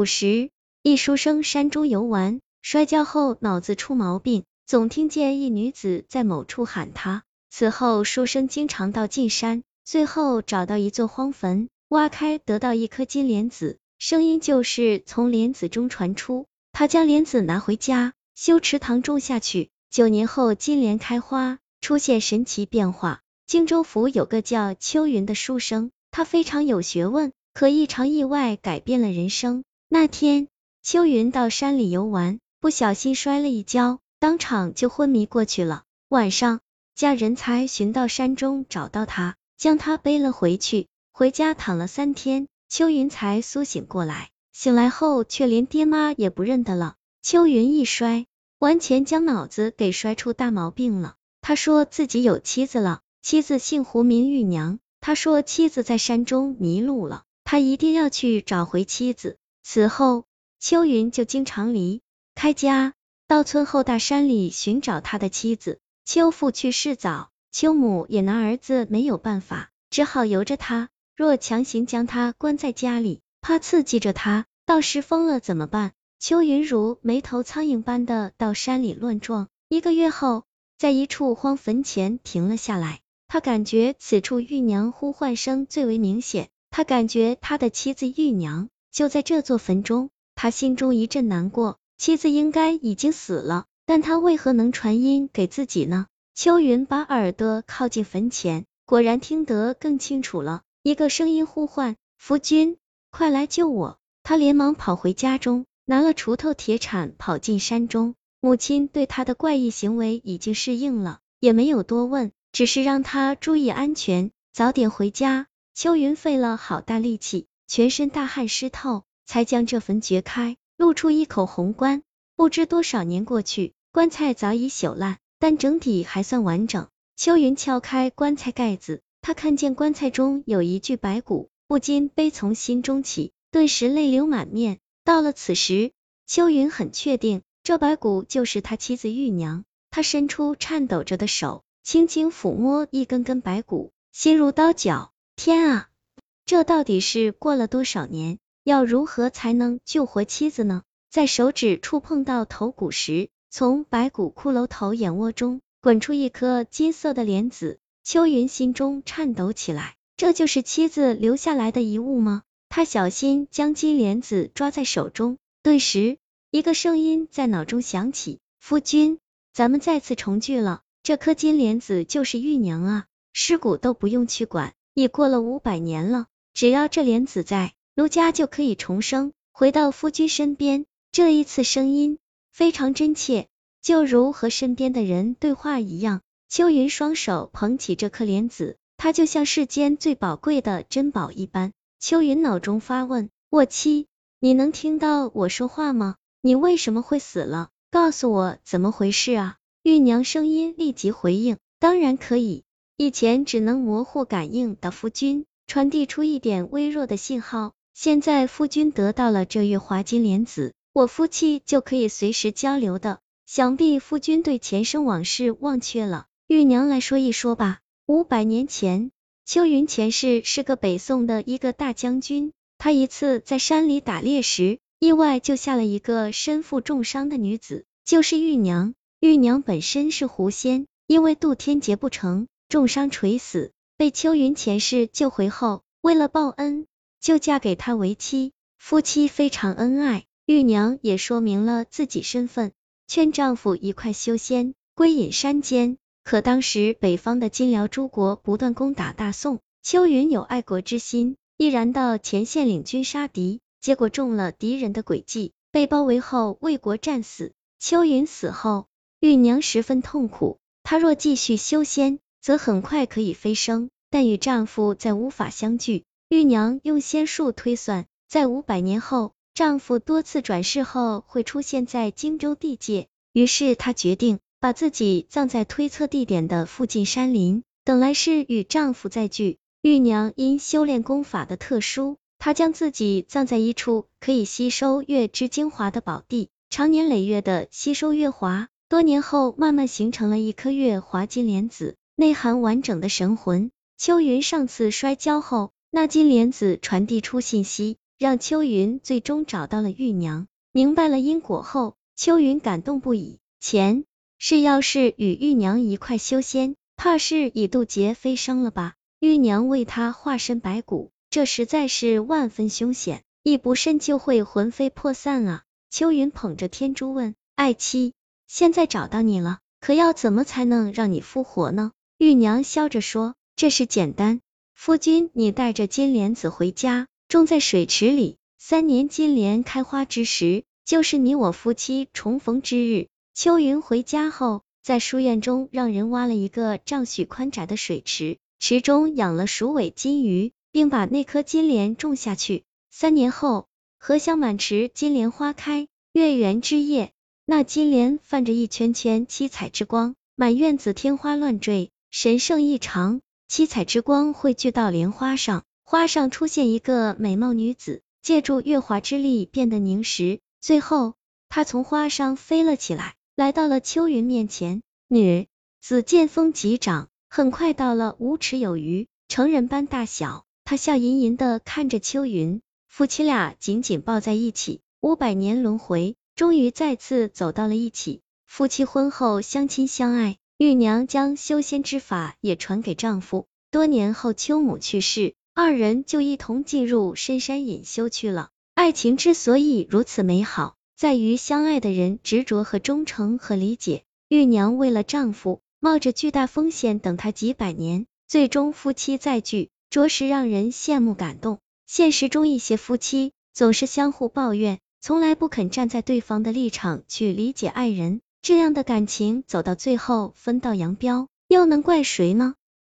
一书生山中游玩，摔跤后脑子出毛病，总听见一女子在某处喊他。此后书生经常到进山，最后找到一座荒坟，挖开得到一颗金莲子，声音就是从莲子中传出。他将莲子拿回家，修池塘种下去，9年后金莲开花，出现神奇变化。荆州府有个叫秋云的书生，他非常有学问，可一场意外改变了人生。那天秋云到山里游玩，不小心摔了一跤，当场就昏迷过去了。晚上家人才寻到山中找到他，将他背了回去，回家躺了3天，秋云才苏醒过来。醒来后却连爹妈也不认得了。秋云一摔，完全将脑子给摔出大毛病了。他说自己有妻子了，妻子姓胡名玉娘。他说妻子在山中迷路了，他一定要去找回妻子。此后秋云就经常离开家，到村后大山里寻找他的妻子。秋父去世早，秋母也拿儿子没有办法，只好由着他，若强行将他关在家里，怕刺激着他，到时疯了怎么办？秋云如没头苍蝇般的到山里乱撞，1个月后，在一处荒坟前停了下来。他感觉此处玉娘呼唤声最为明显，他感觉他的妻子玉娘就在这座坟中，他心中一阵难过，妻子应该已经死了，但他为何能传音给自己呢？秋云把耳朵靠近坟前，果然听得更清楚了，一个声音呼唤：夫君，快来救我！他连忙跑回家中，拿了锄头铁铲跑进山中。母亲对他的怪异行为已经适应了，也没有多问，只是让他注意安全，早点回家。秋云费了好大力气，全身大汗湿透，才将这坟掘开，露出一口红棺。不知多少年过去，棺材早已朽烂，但整体还算完整。秋云撬开棺材盖子，他看见棺材中有一具白骨，不禁悲从心中起，顿时泪流满面。到了此时，秋云很确定，这白骨就是他妻子玉娘。他伸出颤抖着的手，轻轻抚摸一根根白骨，心如刀绞。天啊，这到底是过了多少年？要如何才能救活妻子呢？在手指触碰到头骨时，从白骨骷髅头眼窝中滚出一颗金色的莲子。秋云心中颤抖起来，这就是妻子留下来的遗物吗？他小心将金莲子抓在手中，顿时一个声音在脑中响起：夫君，咱们再次重聚了。这颗金莲子就是玉娘啊，尸骨都不用去管，已过了500年了，只要这莲子在，奴家就可以重生，回到夫君身边。这一次声音非常真切，就如和身边的人对话一样。秋云双手捧起这颗莲子，它就像世间最宝贵的珍宝一般。秋云脑中发问：我妻，你能听到我说话吗？你为什么会死了？告诉我怎么回事啊？玉娘声音立即回应：当然可以，以前只能模糊感应到夫君，传递出一点微弱的信号，现在夫君得到了这月华金莲子，我夫妻就可以随时交流的。想必夫君对前生往事忘却了，玉娘来说一说吧。500年前，秋云前世是个北宋的一个大将军，他一次在山里打猎时，意外救下了一个身负重伤的女子，就是玉娘。玉娘本身是狐仙，因为渡天劫不成，重伤垂死，被秋云前世救回后，为了报恩，就嫁给他为妻，夫妻非常恩爱。玉娘也说明了自己身份，劝丈夫一块修仙，归隐山间。可当时北方的金辽诸国不断攻打大宋，秋云有爱国之心，毅然到前线领军杀敌，结果中了敌人的诡计，被包围后为国战死。秋云死后，玉娘十分痛苦，她若继续修仙，则很快可以飞升，但与丈夫再无法相聚。玉娘用仙术推算，在500年后，丈夫多次转世后会出现在荆州地界，于是她决定把自己葬在推测地点的附近山林，等来世与丈夫再聚。玉娘因修炼功法的特殊，她将自己葬在一处可以吸收月之精华的宝地，常年累月的吸收月华，多年后慢慢形成了一颗月华金莲子，内含完整的神魂。秋云上次摔跤后，那金莲子传递出信息， 让秋云最终找到了玉娘。明白了因果后，秋云感动不已。前世要是与玉娘一块修仙，怕是已渡劫飞升了吧？玉娘为他化身白骨，这实在是万分凶险，一不慎就会魂飞魄散啊！秋云捧着天珠问：爱妻，现在找到你了，可要怎么才能让你复活呢？玉娘笑着说：这事简单，夫君你带着金莲子回家，种在水池里，3年金莲开花之时，就是你我夫妻重逢之日。秋云回家后，在书院中让人挖了一个丈许宽窄的水池，池中养了鼠尾金鱼，并把那颗金莲种下去。3年后，荷香满池，金莲花开，月圆之夜，那金莲泛着一圈圈七彩之光，满院子天花乱坠，神圣异常。七彩之光汇聚到莲花上，花上出现一个美貌女子，借助月华之力变得凝实，最后她从花上飞了起来，来到了秋云面前。女子见风即长，很快到了5尺有余，成人般大小。她笑吟吟的看着秋云，夫妻俩紧紧抱在一起，500年轮回，终于再次走到了一起。夫妻婚后相亲相爱，玉娘将修仙之法也传给丈夫。多年后秋母去世，2人就一同进入深山隐修去了。爱情之所以如此美好，在于相爱的人执着和忠诚和理解。玉娘为了丈夫，冒着巨大风险等他几百年，最终夫妻再聚，着实让人羡慕感动。现实中一些夫妻总是相互抱怨，从来不肯站在对方的立场去理解爱人，这样的感情走到最后分道扬镳，又能怪谁呢？